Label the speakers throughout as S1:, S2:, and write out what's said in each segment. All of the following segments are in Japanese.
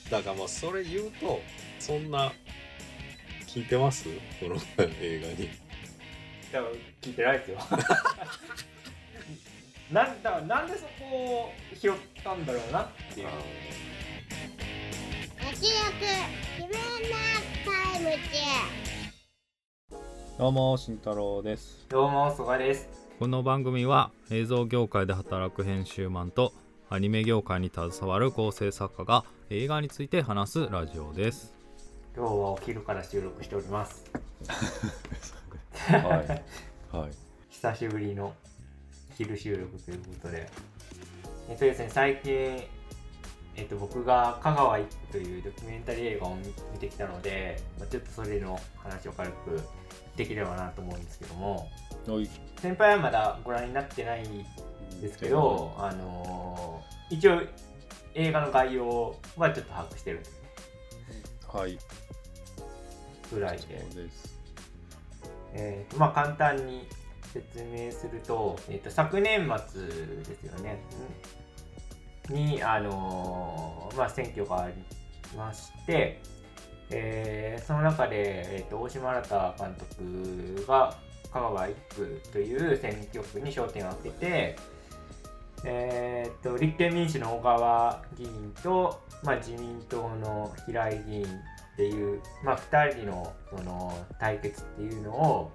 S1: だからまあそれ言うとそんな聞いてますこの映画に。
S2: 多分聞いてないですよなんでそこを拾ったんだろうなっていう。
S3: どうも慎太郎です。
S2: どうも曽我です。
S3: この番組は映像業界で働く編集マンとアニメ業界に携わる構成作家が映画について話すラジオです。
S2: 今日はお昼から収録しております
S3: はいはい。
S2: 久しぶりの昼収録ということで、ですね、最近僕が香川一区というドキュメンタリー映画を見てきたので、ちょっとそれの話を軽くできればなと思うんですけども、先輩はまだご覧になってないんですけど、一応映画の概要はちょっと把握してる
S3: はい
S2: ぐらいで、
S3: そうです。
S2: 簡単に説明すると、昨年末ですよねに、選挙がありまして、その中で、大島新監督が香川1区という選挙区に焦点を当てて、立憲民主の小川議員と、自民党の平井議員っていう、2人の、その対決っていうのを、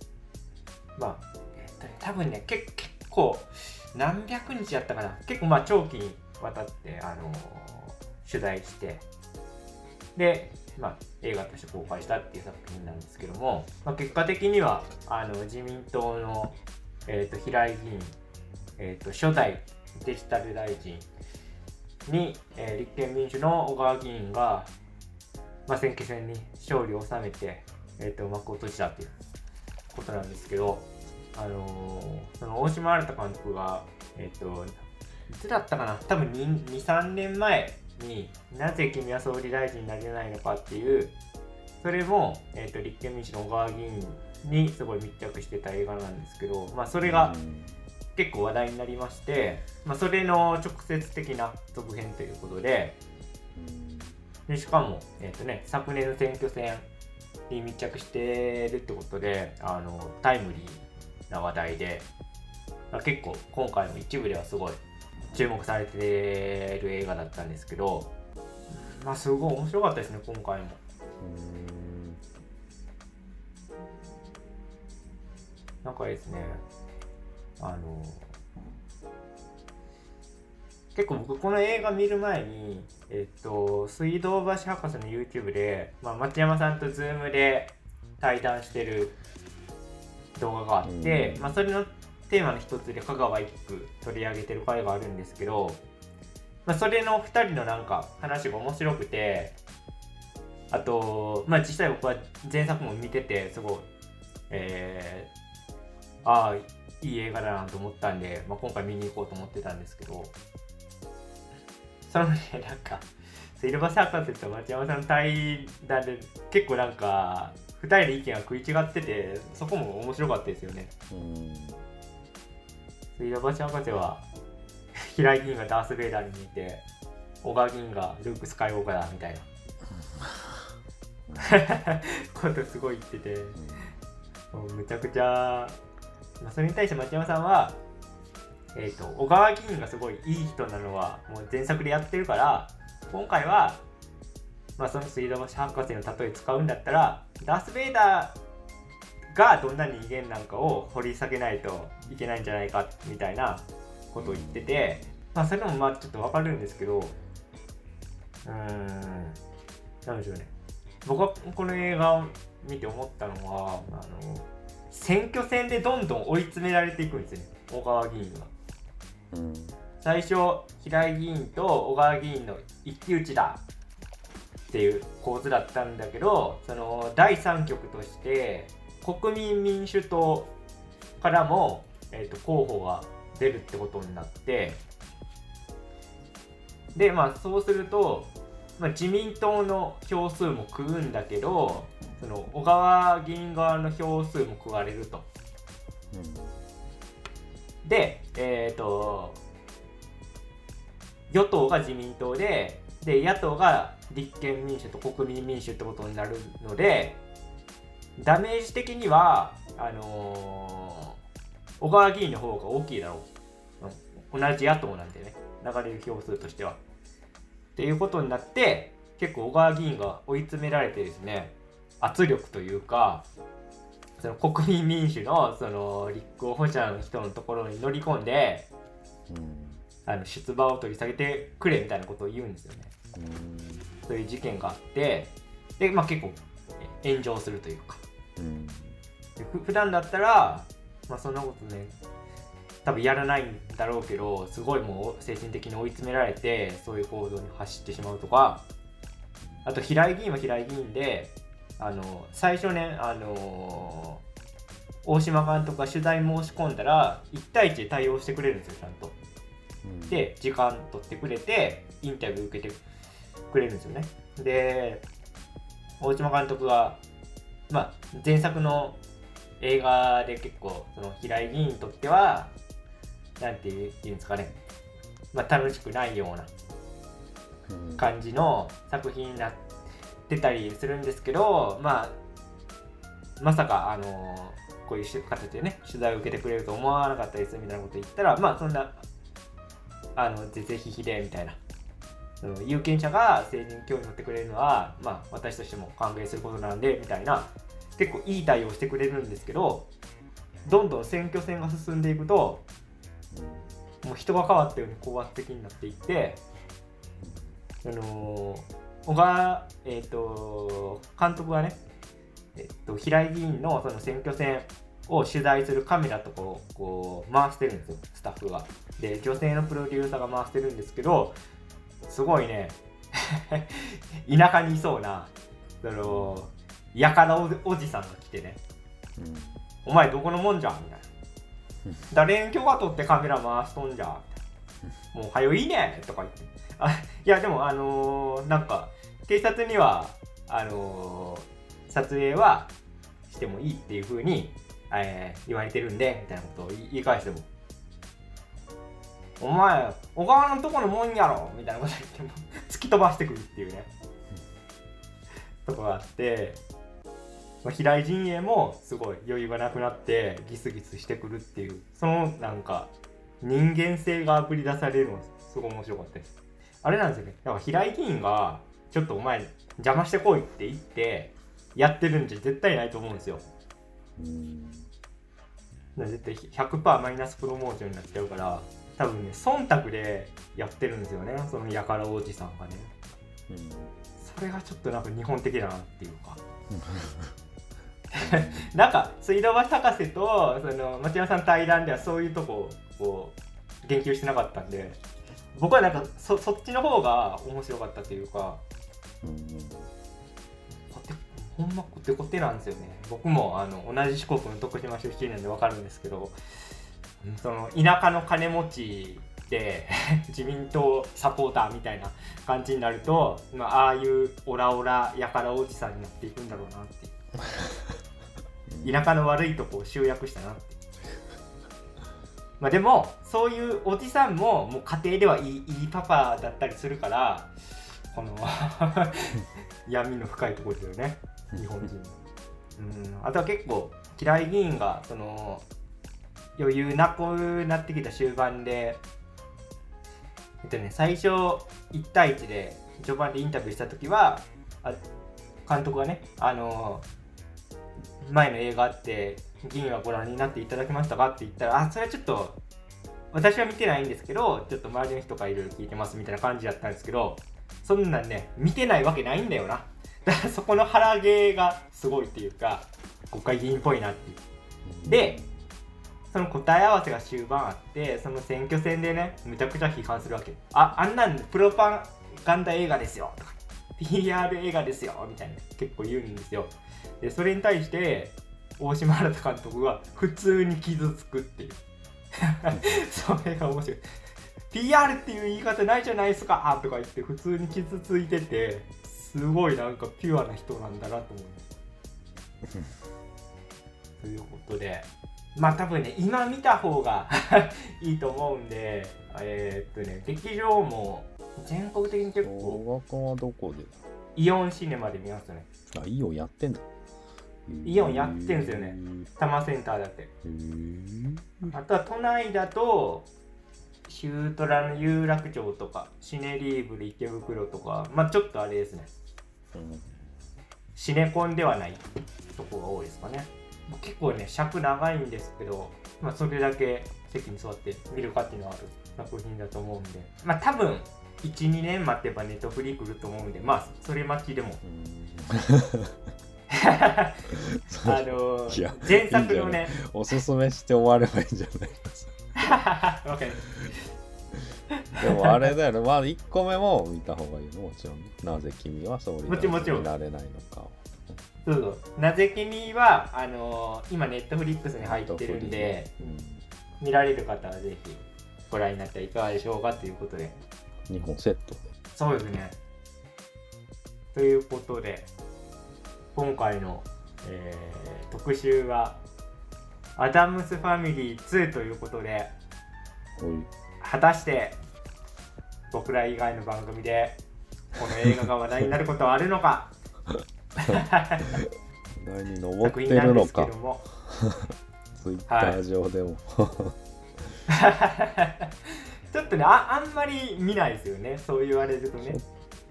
S2: 多分ね結構何百日やったかな、結構長期にわたって取材して、で、映画として公開したっていう作品なんですけども、結果的には自民党の、平井議員、初代デジタル大臣に、立憲民主の小川議員が、選挙戦に勝利を収めて、幕を閉じたっていうことなんですけど、その大島新監督が、いつだったかな、多分 2,3 年前になぜ君は総理大臣になれないのかっていう、それも、立憲民主の小川議員にすごい密着してた映画なんですけど、それが結構話題になりまして、それの直接的な続編ということで、しかも、昨年の選挙戦に密着してるってことで、タイムリーな話題で、結構今回も一部ではすごい注目されてる映画だったんですけど、すごい面白かったですね、今回も。なんかですね、結構僕この映画見る前に、水道橋博士の YouTube で、町山さんと Zoom で対談してる動画があって、それのテーマの一つで香川一区取り上げてる回があるんですけど、それの2人のなんか話が面白くて、あと、実際僕は前作も見ててすごい、いい映画だなと思ったんで、今回見に行こうと思ってたんですけど、そのね、なんか水道橋博士と町山さんの対談で結構なんか2人の意見が食い違ってて、そこも面白かったですよね。水道橋博士は平井議員がダース・ベイダーに似て、小川議員がルーク・スカイウォーカーだみたいなことすごい言ってて、むちゃくちゃ、それに対して町山さんは、小川議員がすごいいい人なのはもう前作でやってるから、今回は、その水道橋博士の例え使うんだったら、ダース・ベイダーがどんな人間なんかを掘り下げないといけないんじゃないかみたいなことを言ってて、それもちょっとわかるんですけど、なんでしょうね。僕はこの映画を見て思ったのは、選挙戦でどんどん追い詰められていくんですよね、小川議員が。最初、平井議員と小川議員の一騎打ちだっていう構図だったんだけど、その第3局として国民民主党からも、候補が出るってことになって、でそうすると、自民党の票数も食うんだけど、その小川議員側の票数も食われると。で、与党が自民党でで野党が立憲民主と国民民主ってことになるので、ダメージ的には小川議員の方が大きいだろう、同じ野党なんでね、流れる票数としてはっていうことになって、結構小川議員が追い詰められてですね、圧力というか、その国民民主のその立候補者の人のところに乗り込んで、出馬を取り下げてくれみたいなことを言うんですよね。そういう事件があって、で、まあ、結構炎上するというか、で普段だったら、まあ、そんなことね多分やらないんだろうけど、すごいもう精神的に追い詰められてそういう行動に走ってしまうとか、あと平井議員は平井議員で、最初ね、大島監督が取材申し込んだら1対1で対応してくれるんですよ、ちゃんと。で時間取ってくれてインタビュー受けてくれるんですよね。で大島監督が、まあ、前作の映画で結構その平井議員にとってはなんていうんですかね、まあ、楽しくないような感じの作品になってたりするんですけど、まさかこういう形でね取材を受けてくれると思わなかったですみたいなこと言ったら、まあそんなぜひひでみたいな、有権者が政治に興味持ってくれるのは、まあ、私としても歓迎することなんでみたいな、結構いい対応してくれるんですけど、どんどん選挙戦が進んでいくと、もう人が変わったように高圧的になっていって、小川、監督がね、平井議員のその選挙戦を取材するカメラとかをこう回してるんですよ、スタッフが。で女性のプロデューサーが回してるんですけど、すごいね田舎にいそうなやからおじさんが来てね、お前どこのもんじゃんみたいな、誰に許可取ってカメラ回しとんじゃんもうはよいいねとか言って、いやでもなんか警察には撮影はしてもいいっていう風に言われてるんでみたいなことを言い返しても、お前小川のとこのもんやろみたいなこと言っても突き飛ばしてくるっていうねとこがあって、平井陣営もすごい余裕がなくなってギスギスしてくるっていう、そのなんか人間性があぶり出されるのすごい面白かったです。あれなんですよね、だから平井議員がちょっとお前邪魔してこいって言ってやってるんじゃ絶対ないと思うんですよ。絶対 100% マイナスプロモーションになっちゃうから、多分ね忖度でやってるんですよね、そのやからおじさんがね。それがちょっとなんか日本的だなっていうかなんか水道橋博士とその町山さん対談ではそういうとこを言及してなかったんで、僕はなんか そっちの方が面白かったというか、ほんまコテコテなんですよね。僕も同じ四国の徳島出身なんで分かるんですけど、その田舎の金持ちで自民党サポーターみたいな感じになると、ああいうオラオラやからおじさんになっていくんだろうなって田舎の悪いとこを集約したなってでもそういうおじさんももう家庭ではいいパパだったりするから、この闇の深いところですよね、日本人。あとは結構平井議員がその余裕なくなってきた終盤で、最初1対1で序盤でインタビューした時は監督がね、前の映画って議員はご覧になっていただけましたかって言ったら、それはちょっと私は見てないんですけど、ちょっと周りの人からいろいろ聞いてますみたいな感じだったんですけど、そんなんね見てないわけないんだよな。だからそこの腹芸がすごいっていうか、国会議員っぽいなっていう。でその答え合わせが終盤あって、その選挙戦でねむちゃくちゃ批判するわけ。あんなんプロパガンダ映画ですよとか PR 映画ですよみたいな結構言うんですよ。でそれに対して大島新監督は普通に傷つくっていうそれが面白い。 PR っていう言い方ないじゃないですかとか言って普通に傷ついてて、すごいなんかピュアな人なんだなと思いますということで、 まあ多分ね今見た方がいいと思うんで劇場も全国的に結構
S3: 小学はどこで？
S2: イオンシネマで見ますね。
S3: あ、イオンやってんだ。
S2: イオンやってんすよね。多摩センターだって。あとは都内だとシュートラの有楽町とかシネリーブル池袋とか、まあちょっとあれですね、シネコンではないとこが多いですかね。結構ね尺長いんですけど、まあ、それだけ席に座って見る価値のある作品だと思うんで、まあ多分 1,2 年待てばネットフリ来ると思うんで、まあそれ待ちでも前作のね
S3: おすすめして終わればいいんじゃないですか。
S2: わかる。
S3: でもあれだよね、まあ1個目も見た方がいいの、もちろん。なぜ君は総理大臣になれないのかを。
S2: そうそう。なぜ君は今ネットフリックスに入ってるんで、見られる方はぜひご覧になったらいかがでしょうかということで。
S3: 2本セットで。
S2: そうですね。ということで今回の、特集はアダムスファミリー2ということで、果たして僕ら以外の番組でこの映画が話題になることはあるのか
S3: 話題に上ってるのかツイッター上でも、
S2: ちょっとね あんまり見ないですよね、そう言われるとね。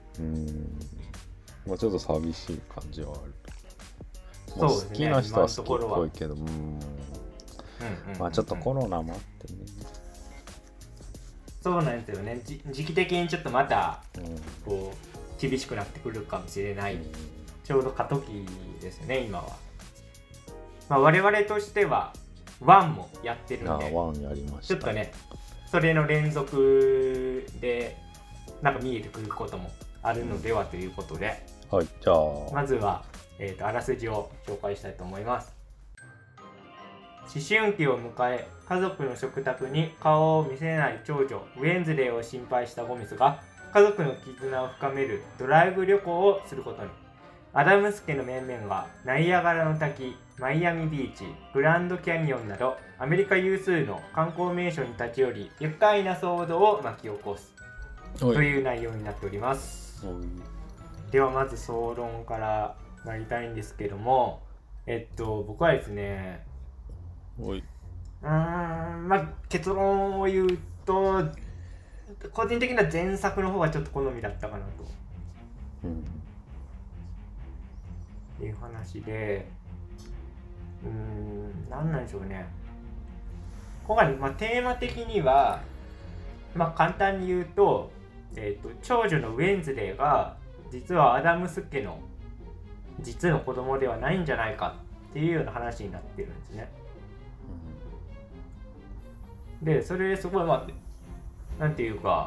S3: まあ、ちょっと寂しい感じはある。
S2: そうですね、
S3: 好きな人は好きっぽいけど、まあちょっとコロナもあってね。
S2: そうなんですよね。時期的にちょっとまたこう厳しくなってくるかもしれない、ちょうど過渡期ですね今は。まあ、我々としては1もやってるんで、
S3: 1やりました。
S2: ちょっとねそれの連続でなんか見えてくることもあるのではということで、
S3: はい、じゃあ
S2: まずは、あらすじを紹介したいと思います。思春期を迎え、家族の食卓に顔を見せない長女ウェンズデーを心配したゴミスが家族の絆を深めるドライブ旅行をすることに。アダムス家の面々がナイアガラの滝、マイアミビーチ、グランドキャニオンなどアメリカ有数の観光名所に立ち寄り、愉快な騒動を巻き起こすという内容になっております。ではまず総論からなりたいんですけども、僕はですね、まあ結論を言うと個人的な前作の方がちょっと好みだったかなと、いう話で、なんなんでしょうね。今回、テーマ的には、簡単に言うと、長女のウェンズデーが実はアダムス家の実の子供ではないんじゃないかっていうような話になってるんですね。で、それですごいなんていうか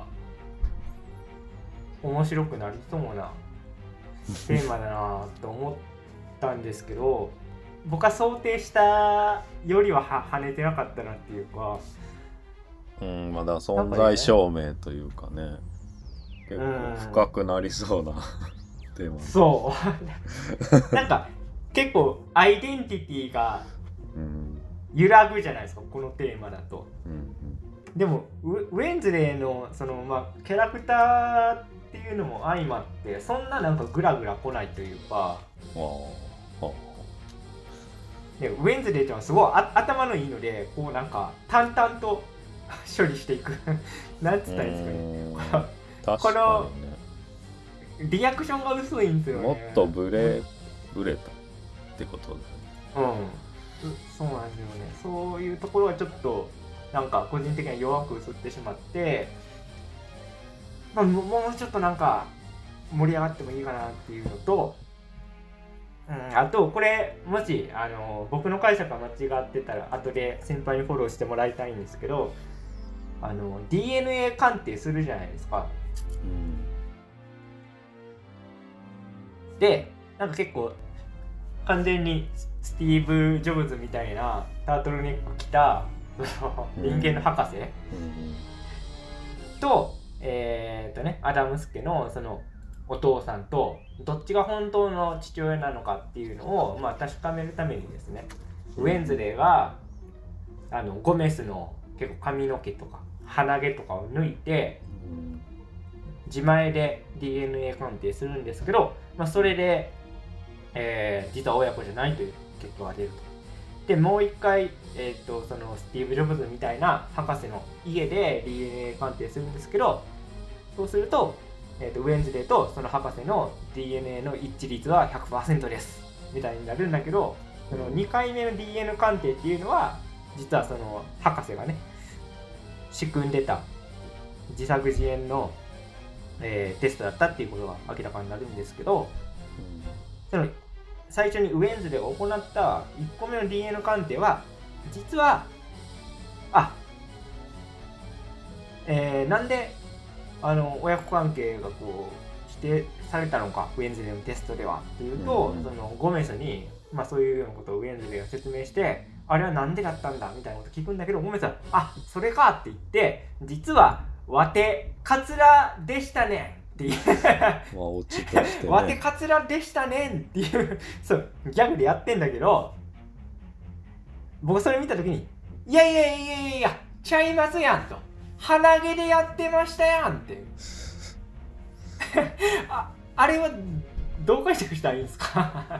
S2: 面白くなりそうなテーマだなと思ったんですけど、僕は想定したよりは跳ねてなかったなっていうか、
S3: まだ存在証明というかね、結構深くなりそうなテーマ。
S2: そうなんか結構アイデンティティが揺らぐじゃないですか、このテーマだと。でもウェンズデーのそのキャラクターっていうのも相まってそんななんかグラグラ来ないというか、でウェンズデーってのはすごい頭のいいので、こうなんか淡々と処理していくなんつったらいいんですかね。このリアクションが薄いんですよね。
S3: もっとブレたってことだよね。
S2: そうなんですよね。そういうところはちょっとなんか個人的には弱く映ってしまって、もうちょっとなんか盛り上がってもいいかなっていうのと、あとこれもし僕の解釈が間違ってたら後で先輩にフォローしてもらいたいんですけど、DNA 鑑定するじゃないですか。でなんか結構完全にスティーブ・ジョブズみたいなタートルネック着た人間の博士とアダムス家のそのお父さんとどっちが本当の父親なのかっていうのを確かめるためにですね、ウェンズデーがゴメスの結構髪の毛とか鼻毛とかを抜いて自前で DNA 鑑定するんですけど、それで、実は親子じゃないという結果が出ると。でもう一回、そのスティーブ・ジョブズみたいな博士の家で DNA 鑑定するんですけど、そうすると、ウェンズデーとその博士の DNA の一致率は 100% ですみたいになるんだけど、その2回目の DNA 鑑定っていうのは実はその博士がね仕組んでた自作自演の、テストだったっていうことが明らかになるんですけど、その最初にウェンズデーが行った1個目の DNA 鑑定は実はなんで親子関係がこう否定されたのかウェンズデーのテストではっていうと、そのゴメスに、そういうようなことをウェンズデーが説明して、あれはなんでだったんだみたいなこと聞くんだけど、ゴメスはそれかって言って、実はわてカツラでしたねんっていう
S3: 落ちとしてね、
S2: わてカツラでしたねんっていうそうギャグでやってんだけど、僕それ見たときにいやちゃいますやんと、鼻毛でやってましたやんってあれはどう解釈したらいいんですか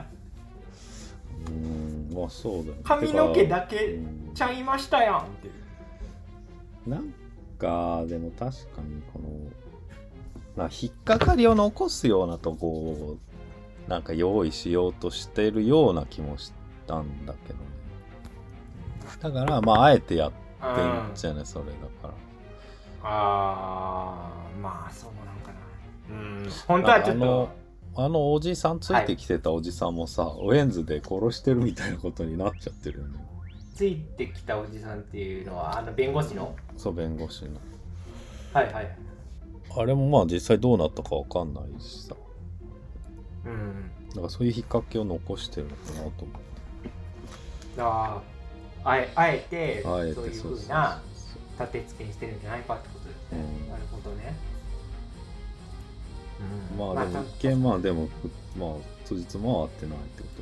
S3: そうだよね、
S2: 髪の毛だけちゃいましたやんって
S3: なんかでも確かにこの引っかかりを残すようなとこをなんか用意しようとしてるような気もしたんだけどね。だからあえてやってるんじゃない、それだから。
S2: そうなんかな。本当はちょっと
S3: おじさんついてきてたおじさんもさ、ウェンズで殺してるみたいなことになっちゃってるよね。
S2: ついてきたおじさんっていうのは弁護士の？
S3: そう、弁護士の。
S2: はいはい。
S3: あれも実際どうなったかわかんないしさ。だからそういう引っ掛けを残してるのかなと思って。
S2: あえてそういう風な立て付けにしてるんじゃないかってことですね。なるほどね。
S3: でも一見でも辻褄は合ってないってこと。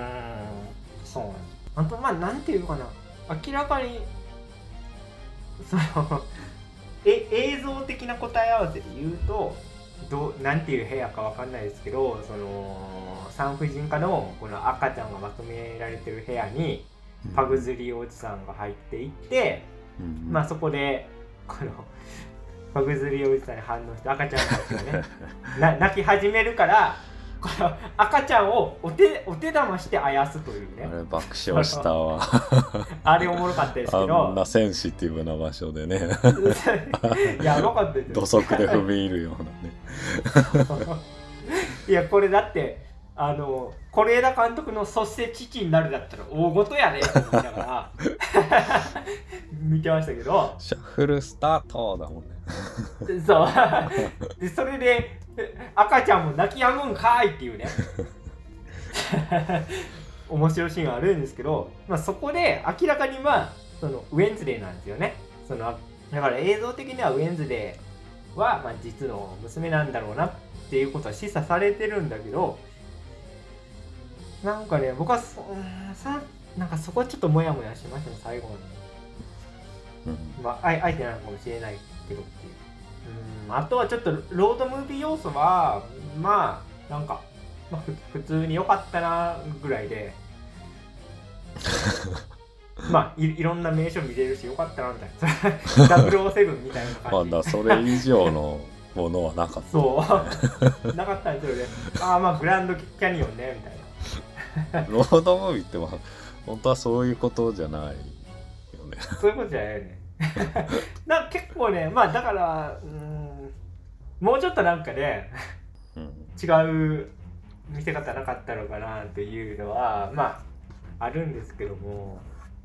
S2: そうなんです。あとなんていうのかな、明らかにその映像的な答え合わせで言うとなんていう部屋かわかんないですけど、その産婦人科のこの赤ちゃんがまとめられてる部屋にパグズリおじさんが入っていって、そこでこのパグズリおじさんに反応して赤ちゃんたちがね泣き始めるから、この赤ちゃんをお手玉してあやすというね。
S3: あれ爆笑したわ
S2: あれおもろかったですけど、
S3: あんなセンシティブな場所でね
S2: やばかったですよ。
S3: 土足で踏み入るようなね
S2: いやこれだって是枝監督のそして父になるだったら大事やねって思いながら見てましたけど、
S3: シャッフルスタートだもんね
S2: そうでそれで赤ちゃんも泣き止むんかいっていうね面白いシーンがあるんですけど、そこで明らかにそのウェンズデーなんですよね。だから映像的にはウェンズデーは実の娘なんだろうなっていうことは示唆されてるんだけど、なんかね僕はなんかそこはちょっとモヤモヤしましたね、最後に。相手なのかもしれないけどっていう。あとはちょっとロードムービー要素はなんか、普通に良かったなぐらいでいろんな名所見れるし良かったなみたいな007みたいな感じ
S3: それ以上のものはなかった、
S2: そうなかったんですよね。グランドキャニオンねみたいな
S3: ロードムービーって本当はそういうことじゃないよね
S2: そういうことじゃないよね結構ねだからもうちょっとなんかね、違う見せ方なかったのかなっていうのはあるんですけども、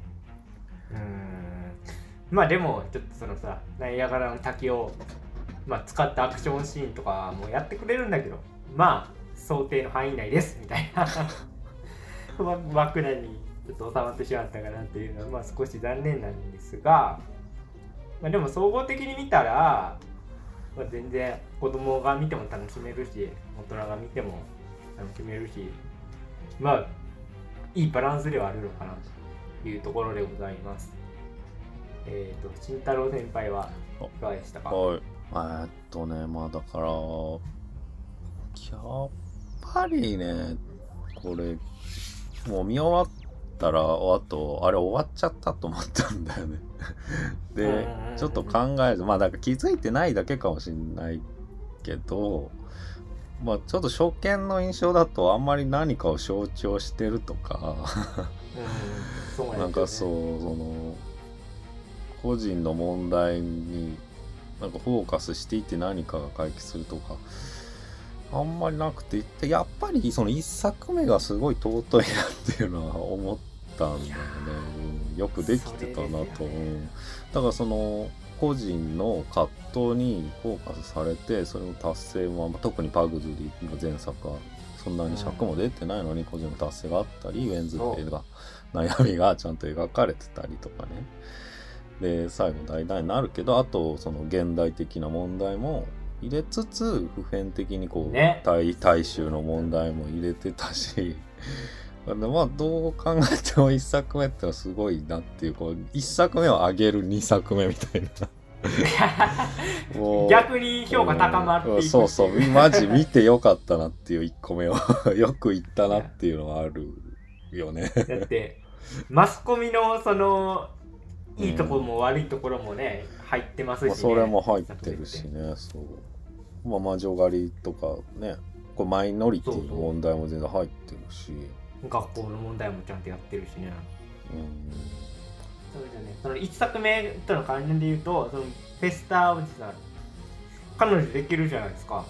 S2: でもちょっとそのさナイアガラの滝を使ったアクションシーンとかもやってくれるんだけど想定の範囲内ですみたいな枠内にちょっと収まってしまったかなっていうのは少し残念なんですが、でも総合的に見たら、全然子供が見ても楽しめるし大人が見ても楽しめるしいいバランスではあるのかなというところでございます。慎太郎先輩はいかがでしたか？
S3: はい。まあだからやっぱりね、これもう見終わったらあとあれ終わっちゃったと思ったんだよねでちょっと考える、まあだから気づいてないだけかもしれないけど、まあちょっと初見の印象だとあんまり何かを象徴してるとかなんかそう、その個人の問題になんかフォーカスしていって何かが解決するとかあんまりなくて、やっぱりその一作目がすごい尊いなっていうのは思ったんだよね、よくできてたなと、だからその個人の葛藤にフォーカスされて、それの達成も特にパグズリの前作はそんなに尺も出てないのに個人の達成があったり、ウェンズデーが悩みがちゃんと描かれてたりとかね、で最後大々になるけど、あとその現代的な問題も入れつつ普遍的にこう、
S2: ね、
S3: 大衆の問題も入れてたしまあどう考えても1作目ってのはすごいなっていう、こう1作目を上げる2作目みたいな
S2: もう逆に評価高まっていく、
S3: そうそう、マジ見てよかったなっていう1個目をよく言ったなっていうのはあるよね
S2: だってマスコミのそのいいところも悪いところもね、入ってますしね、まあ、
S3: それも入ってるしね、そう、まあ魔女狩りとかね、これマイノリティの問題も全然入ってるし、
S2: 学校の問題もちゃんとやってるしね、そうですよね。その1作目との関連で言うと、そのフェスタおじさん彼女できるじゃないですか。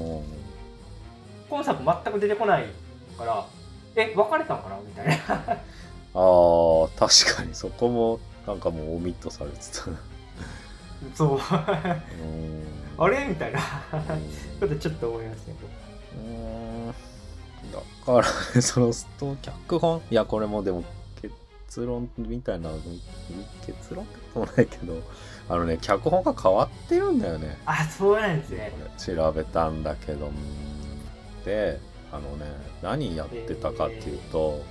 S2: 今作全く出てこないから別れたのかなみたいな
S3: 確かにそこもなんかもうオミットされてた
S2: そうあれみたいなちょっと思いましたけ
S3: ど、だからね、その脚本、いやこれもでも結論みたいな、結論ってもないけど、脚本が変わってるんだよね。
S2: そうなんですね。
S3: 調べたんだけど、で何やってたかっていうと、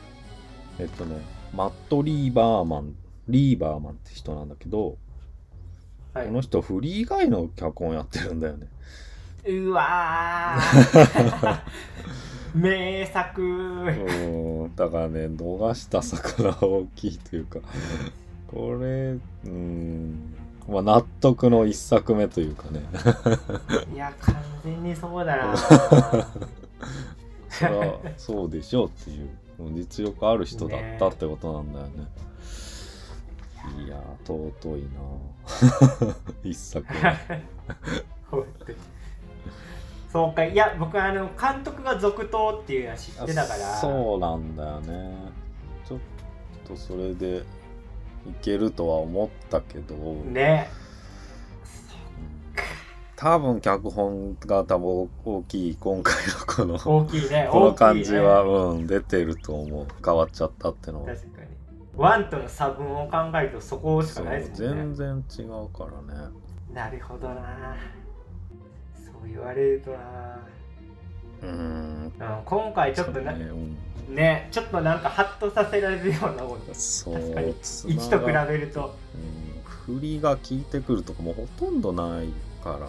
S3: マット・リーバーマンって人なんだけど、はい、この人フリー以外の脚本やってるんだよね。
S2: うわ名作
S3: だからね、逃した魚は大きいというかこれまあ納得の一作目というかね
S2: いや完全にそうだな
S3: それはそうでしょうっていう実力ある人だったってことなんだよね。いや尊いな一作目
S2: そうか、いや僕監督が続投っていうのは知ってたから。
S3: そうなんだよね。ちょっとそれでいけるとは思ったけど
S2: ね、
S3: 多分脚本が大きい、今回の
S2: 大きいね、
S3: この感じは、出てると思う。変わっちゃったってのは。
S2: 確かにワンとの差分を考えるとそこしかないですもんね。
S3: 全然違うからね。
S2: なるほどな、そう言われるとな。今回ちょっとね、ちょっとなんかハッとさせられるようなもん。
S3: そう、
S2: 確かに1と比べると、
S3: 振りが効いてくるとかもほとんどないから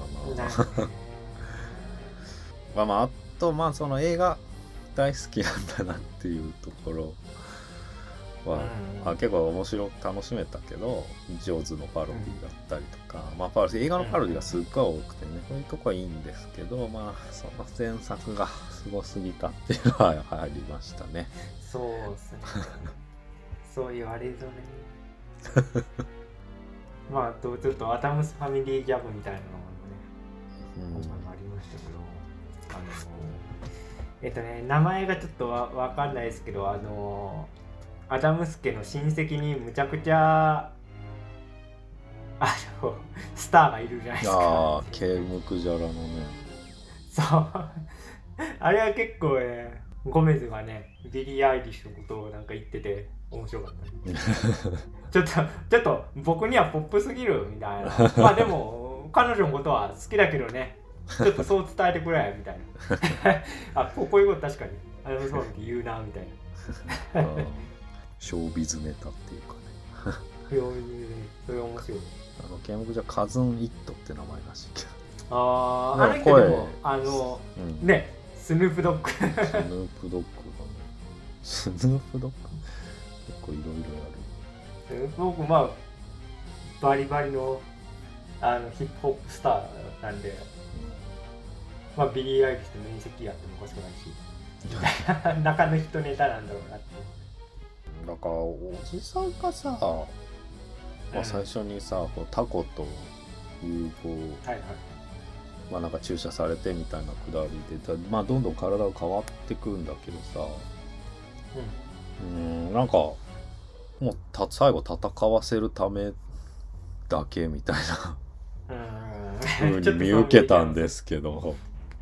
S3: なあとその映画大好きなんだなっていうところは、結構楽しめたけど、上手のパロディだったりとか、映画のパロディがすっごい多くてね、そういうとこはいいんですけど、その前作がすごすぎたっていうのはありましたね。
S2: そうですねそう言われるとねちょっとアダムスファミリーギャグみたいなのもね、今回もありましたけど、名前がちょっとわかんないですけど、アダムス家の親戚にむちゃくちゃスターがいるじゃないですか。
S3: ケームクジャラのね。
S2: そうあれは結構ゴメズがね、ビリー・アイリッシュのことをなんか言ってて面白かったちょっと僕にはポップすぎるみたいなでも彼女のことは好きだけどね、ちょっとそう伝えてくれみたいなこういうこと確かにそうって言うなみたいな
S3: ショービズネタっていうかね。
S2: それ面白い。
S3: ケンモクじゃカズン・イットって名前らしいけど。
S2: あの人
S3: 声
S2: でもね、スヌープドッグ
S3: スヌープドッグがね、スヌープドッグ結構いろいろやる。
S2: 僕バリバリのヒップホップスターなんで、ビリー・アイリッシュと面積やってもおかしくないし中の人ネタなんだろうなって。
S3: だからおじさんがさ、最初にさこうタコというこう、なんか注射されてみたいなくだりで、どんどん体が変わってくんだけどさ、なんかもう最後戦わせるためだけみたいな風に見受けたんですけど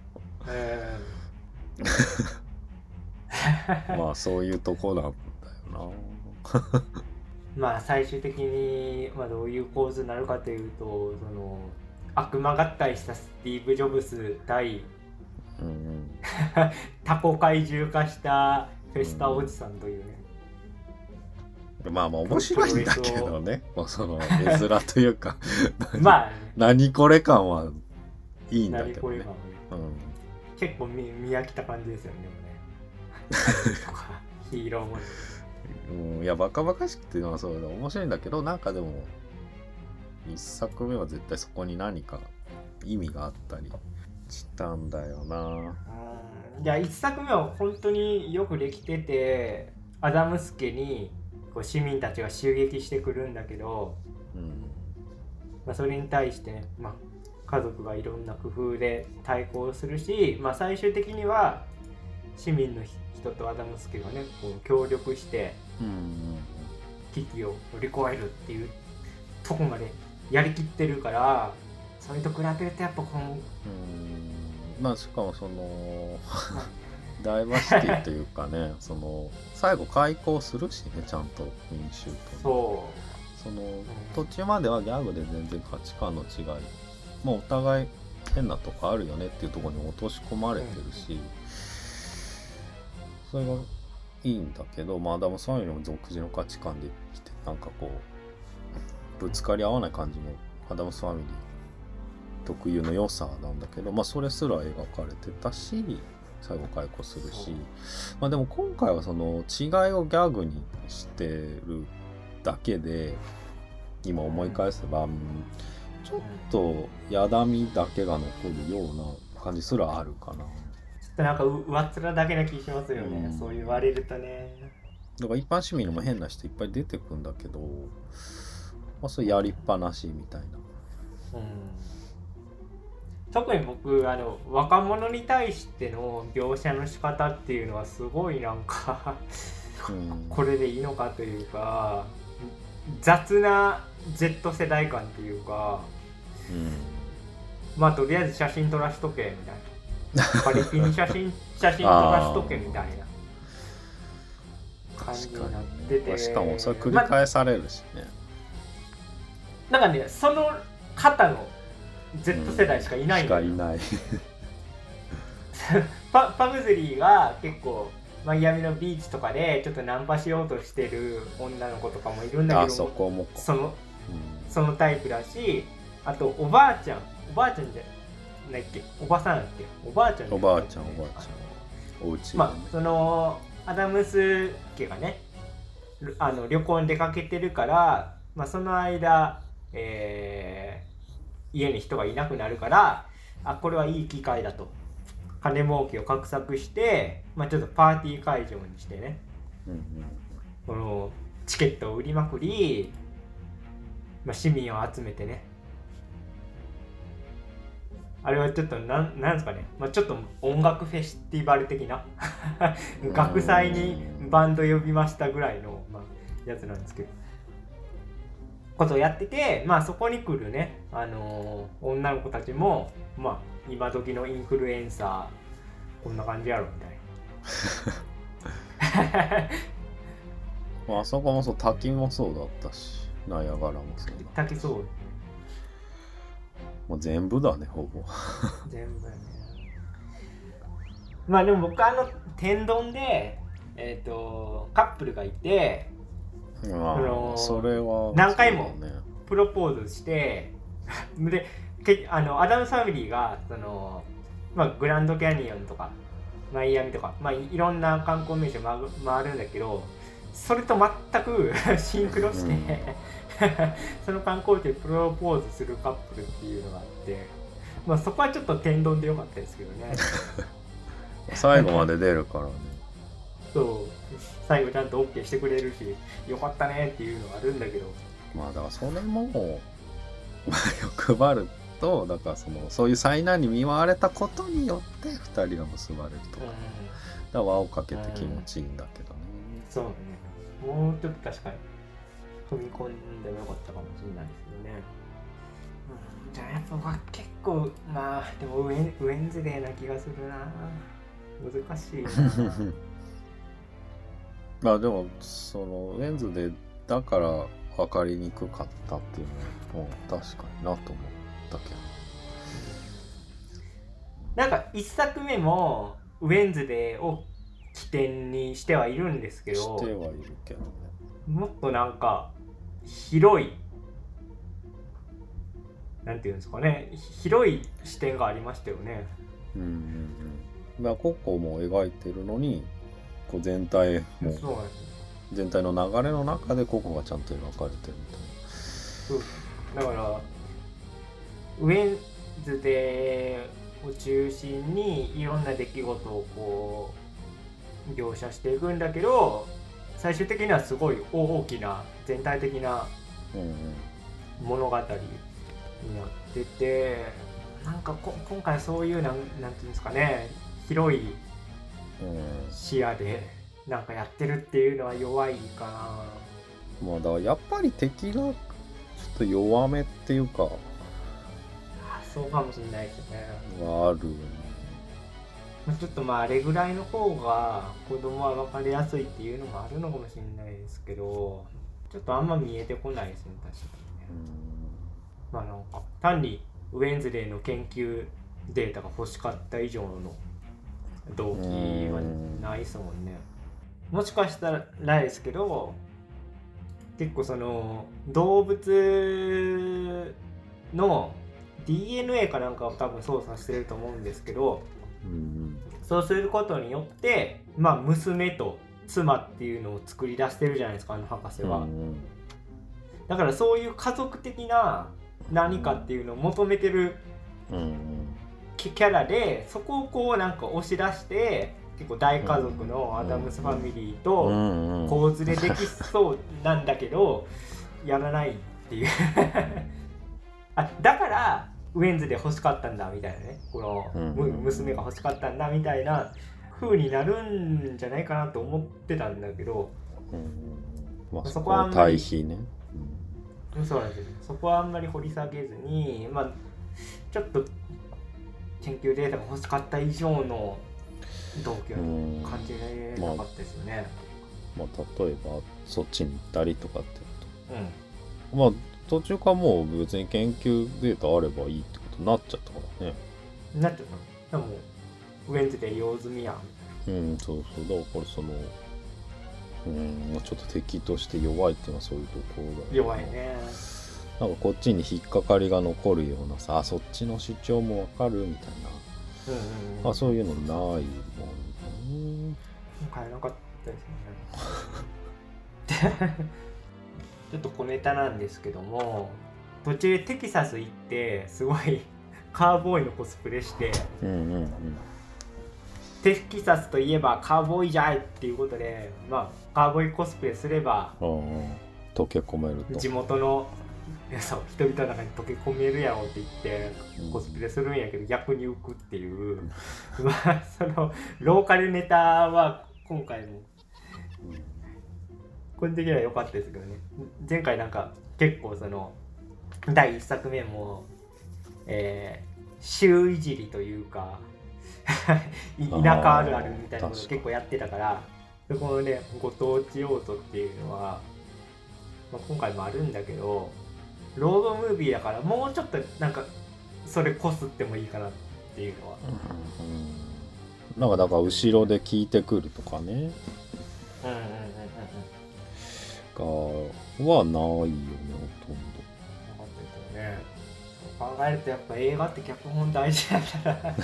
S3: そういうとこなんだよ
S2: な。最終的に、どういう構図になるかというと、悪魔合体したスティーブ・ジョブス対、タコ怪獣化したフェスタおじさんというね。
S3: 面白いんだけどね、その絵面というか何これ感はいいんだけどね。
S2: 結構見飽きた感じですよね。ヒーローも
S3: いやバカバカしくてそうだ面白いんだけど、なんかでも一作目は絶対そこに何か意味があったりしたんだよな。
S2: いや一作目は本当によくできてて、アダムス家にこう市民たちが襲撃してくるんだけど、それに対してね、家族がいろんな工夫で対抗するし、最終的には市民の人とアダムス家がねこう協力して危機を乗り越えるっていうとこまでやりきってるから、それと比べるとやっぱ
S3: しかもそのダイバーシティというかねその最後開校するしね、ちゃんと民衆とその途中まではギャグで全然価値観の違い、お互い変なとこあるよねっていうところに落とし込まれてるし、それがいいんだけど、でもそういうのも独自の価値観できて、なんかこうぶつかり合わない感じもアダムスファミリー特有の良さなんだけど、それすら描かれてたし最後解雇するし、でも今回はその違いをギャグにしてるだけで今思い返せば、ちょっとやだみだけが残るような感じすらあるかな。
S2: なんか上っ面だけな気しますよね、そう言われるとね。
S3: だから一般市民にも変な人いっぱい出てくんだけど、それやりっぱなしみたいな。
S2: 特に僕若者に対しての描写の仕方っていうのはすごいなんかこれでいいのかというか、雑な Z 世代感っていうか、とりあえず写真撮らしとけみたいな。パリピに写真撮らしとけみたいな感じになってて、
S3: しかもそれ繰り返されるしね、
S2: なんかねその方の Z 世代しかいないんだよ、パグズリーは結構マイアミのビーチとかでちょっとナンパしようとしてる女の子とかもいるんだけど、そのタイプだし、あとおばあちゃんじゃないっけ、おばさんだっけ、おばあちゃんおうち、そのアダムス家がね旅行に出かけてるから、その間、家に人がいなくなるから、これはいい機会だと金儲けを画策して、ちょっとパーティー会場にしてね、このチケットを売りまくり、市民を集めてね、あれはちょっとなんですかね、ちょっと音楽フェスティバル的な学祭にバンド呼びましたぐらいの、やつなんですけど、ことをやってて、そこに来るね、女の子たちも今時のインフルエンサーこんな感じやろみたいな。
S3: あそこもそう、滝もそうだったし、ナイアガラもそうだ。
S2: 滝そう。
S3: もう全部だね、ほぼ。
S2: 全部だね。でも僕天丼でカップルがいて、
S3: それは
S2: 何回も
S3: そうだね。
S2: プロポーズしてでアダムスファミリーがグランドキャニオンとかマイアミとか、いろんな観光名所回るんだけど、それと全くシンクロして、その観光地でプロポーズするカップルっていうのがあって、そこはちょっと天丼でよかったですけどね。
S3: 最後まで出るからね。
S2: そう最後ちゃんと OK してくれるし、よかったねっていうのがあるんだけど、
S3: だからそれも欲張ると、だからそういう災難に見舞われたことによって2人が結ばれるとか、だから輪をかけて気持ちいいんだけどね。
S2: そうね、もうちょっと確かに踏み込んでもよかったかもしれないですけどね。じゃあやっぱ結構でもウェンズデーな気がするな。難しいな。
S3: でもウェンズデーだから分かりにくかったっていうのも確かになと思ったけど、
S2: なんか一作目もウェンズデーを起点にしてはいるんですけど、
S3: してはいるけどね、
S2: もっとなんか広い、なんていうんですかね、広い視点がありましたよね。
S3: ココも描いてるのにこう全体も
S2: そうなんです、
S3: 全体の流れの中でココがちゃんと描かれてるみたいな。
S2: そうだからウェンズデーを中心にいろんな出来事をこう描写していくんだけど、最終的にはすごい大きな全体的な物語になってて、なんか今回そういうなんていうんですかね、広い視野でなんかやってるっていうのは弱いかな。
S3: だからやっぱり敵がちょっと弱めっていうか、
S2: そうかもしれないですね。
S3: あるよね。
S2: ちょっとあれぐらいの方が子供は分かりやすいっていうのもあるのかもしれないですけど、ちょっとあんま見えてこないですね、確かにね。なんか単にウェンズデーの研究データが欲しかった以上の動機はないですもんね。もしかしたらですけど、結構動物の DNA かなんかを多分操作してると思うんですけど、そうすることによって娘と妻っていうのを作り出してるじゃないですか、博士は。だからそういう家族的な何かっていうのを求めてるキャラで、そこをこうなんか押し出して結構大家族のアダムスファミリーと構図でできそうなんだけどやらないっていうだからウェンズで欲しかったんだみたいなね、この娘が欲しかったんだみたいな風になるんじゃないかなと思ってたんだけど、そこはあんまり
S3: 対比ね。
S2: そうなんですよ。そこはあんまり掘り下げずに、ちょっと研究データが欲しかった以上の動機は感じなかったですよね。
S3: 例えばそっちに行ったりとかってこと、途中からもう別に研究データあればいいってことになっちゃったからね。
S2: なっちゃった。でもウェンズで用済みやん。
S3: そうだからちょっと敵として弱いっていうのはそういうところだよね。
S2: 弱いね。
S3: なんかこっちに引っかかりが残るようなさ、そっちの主張もわかるみたいな、そういうのないもんね。
S2: 変えなかったですね。ちょっと小ネタなんですけども、途中テキサス行ってすごいカーボーイのコスプレして、テキサスといえばカーボーイじゃいっていうことで、カーボーイコスプレすれば
S3: 溶け込めると、
S2: 地元の人々の中に溶け込めるやろって言ってコスプレするんやけど、逆に浮くっていうそのローカルネタは今回も個人的には良かったですけどね。前回なんか結構第1作目も州いじりというか田舎あるあるみたいなことを結構やってたから、そこのねご当地要素っていうのは、今回もあるんだけど、ロードムービーだからもうちょっとなんかそれこすってもいいかなっていうのは、
S3: なんかだから後ろで聞いてくるとかね、 かはないよね、ほとんど。
S2: なかったですよね。そう考えるとやっぱ映画って脚本大事なんだな。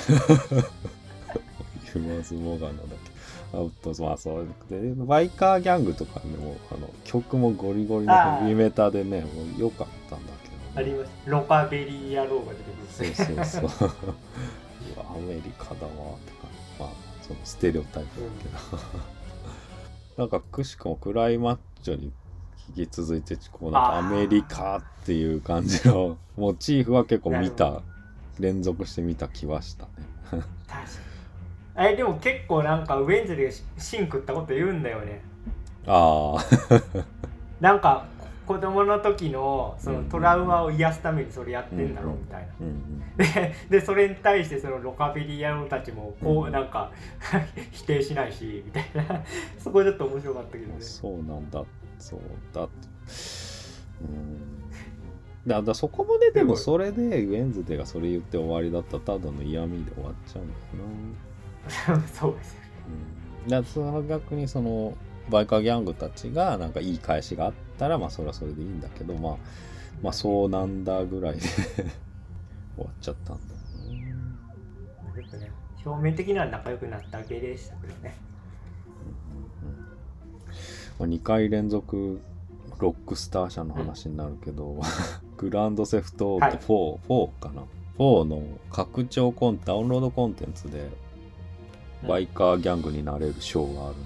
S3: 言わずもがなだけ。まあそうで、バイカーギャングとかね、もう曲もゴリゴリのヘビーメタでね、もう良かったんだけど、ね、
S2: あります。ロカベリー野郎が出てくるんですね。
S3: そうアメリカだわってか、まあそのステレオタイプだけど、なんかくしくもクライマッチョに引き続いてこうなんかアメリカっていう感じのモチーフは結構連続して見た気はしたね。
S2: 確かに。でも結構なんかウェンズデーがシン食ったこと言うんだよね。
S3: ああ
S2: なんか子供の時のそのトラウマを癒すためにそれやってんだろうみたいな。でそれに対してそのロカビリー野郎たちもこうなんか否定しないしみたいな。そこちょっと面白かったけどね。
S3: そうなんだ、そうだって。だからそこまででもそれでウェンズデーがそれ言って終わりだったらただの嫌味で終わっちゃうんだよな。
S2: そうですよね。
S3: だからその逆にそのバイカーギャングたちがなんかいい返しがあったらまあそれはそれでいいんだけど、まあそうなんだぐらいで終わっちゃったんだよね。
S2: ちょっとね、表面的には仲良くなっただけでしたけどね。
S3: 2回連続ロックスター社の話になるけど、グランドセフトオート4かな、4の拡張ダウンロードコンテンツでバイカーギャングになれるショーがあるん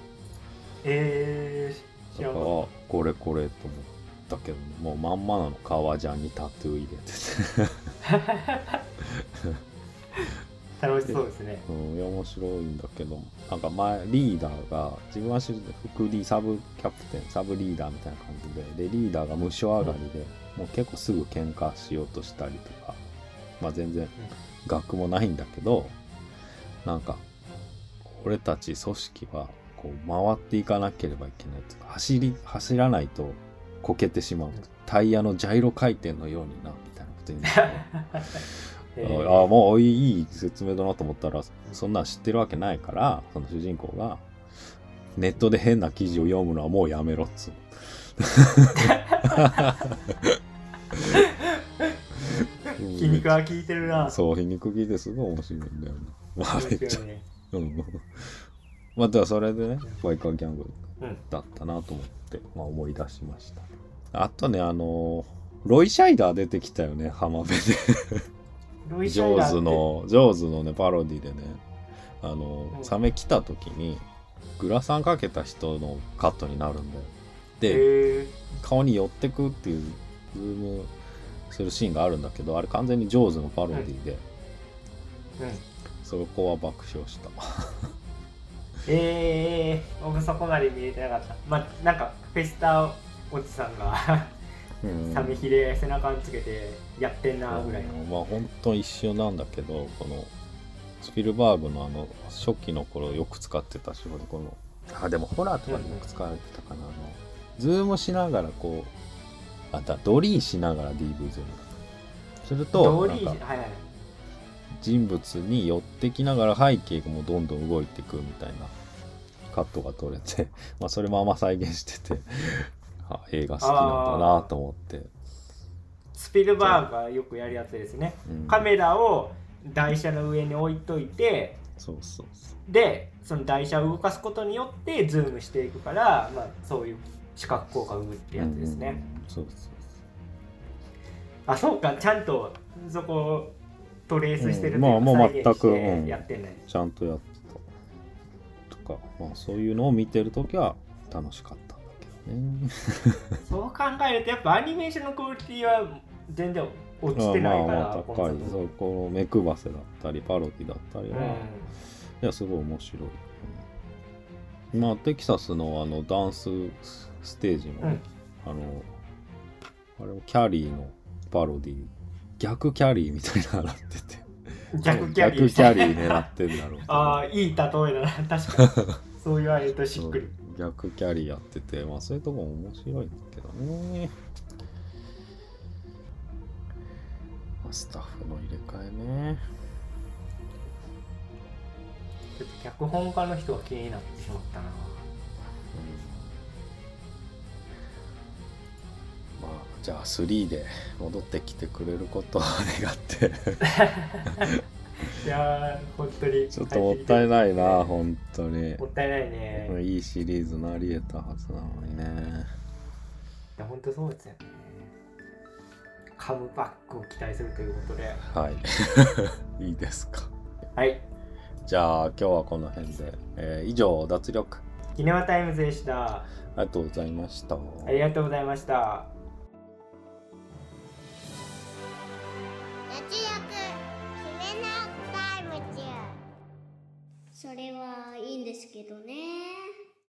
S3: で、だからこれと思ったけど、もうまんまなの、革ジャンにタトゥー入れてて
S2: 楽しそうですね。
S3: いや面白いんだけど、なんか前リーダーが自分は副リサブキャプテンサブリーダーみたいな感じでリーダーが無償上がりで、もう結構すぐ喧嘩しようとしたりとか、まあ全然学もないんだけど、なんか俺たち組織はこう回っていかなければいけないとか、走らないとこけてしまう、タイヤのジャイロ回転のようになみたいなこと言うんですよもういい説明だなと思ったら、そんなん知ってるわけないから、その主人公がネットで変な記事を読むのはもうやめろっつう
S2: 皮肉は効いてるな。
S3: そう、皮肉効いてすごい面白いんだよね。まあめっちゃ、
S2: ね、
S3: まあではそれでね、バイカーギャングだったなと思って、まあ、思い出しました。あとね、ロイ・シャイダー出てきたよね、浜辺でジョーズのねパロディでね、サメ来た時にグラサンかけた人のカットになるんだよ。で、顔に寄ってくっていうズームするシーンがあるんだけど、あれ完全にジョーズのパロディで、そこは爆笑した
S2: 僕そこまで見えてなかった。まあなんかフェスタおじさんがサメヒレ背中につけてやってんなぐらいの、
S3: まあ本当一瞬なんだけど、このスピルバーグの初期の頃よく使ってた手法で、このでもホラーとかでよく使われてたかな、ズームしながらこうドリーしながら DV ズームするとなんか人物に寄ってきながら背景がもうどんどん動いていくみたいなカットが撮れてまあそれもあんま再現してて映画好きなんだなと思って。
S2: スピルバーグがよくやるやつですね、カメラを台車の上に置いといて、でその台車を動かすことによってズームしていくから、まあ、そういう視覚効果を生むってやつですね。そうか、ちゃんとそこをトレースしてるというか再現してやってんね、
S3: ちゃんとやってたとか、まあそういうのを見てるときは楽しかったんだけどね
S2: そう考えるとやっぱアニメーションのクオリティは全然落ちてないから、
S3: 高い。そうこの目配せだったりパロディだったりは、いやすごい面白い。まあテキサスのダンスステージも、あれキャリーのパロディ、逆キャリーみたいなのなってて
S2: 逆キャリ
S3: ー狙ってんだろう
S2: ああ、いい例えだな、確かにそう言われるとしっくり。
S3: 逆キャリーやってて、まあそういうとこも面白いんだけどね。スタッフの入れ替えね。
S2: ちょっと脚本家の人が気になってしまったな。
S3: じゃあ3で戻ってきてくれることを願って
S2: いやー本当に
S3: ちょっともったいないな、
S2: も
S3: 本当に。
S2: ったいないね。
S3: いいシリーズなり得たはずなのにね。
S2: いや本当そうですよね。カムバックを期待するということで、
S3: はいいいですか。
S2: はい、
S3: じゃあ今日はこの辺で、以上脱力
S2: キネマタイムズでした。
S3: ありがとうございました。
S2: ありがとうございました。
S4: 脱力決めなタイムズ。それはいいんですけどね。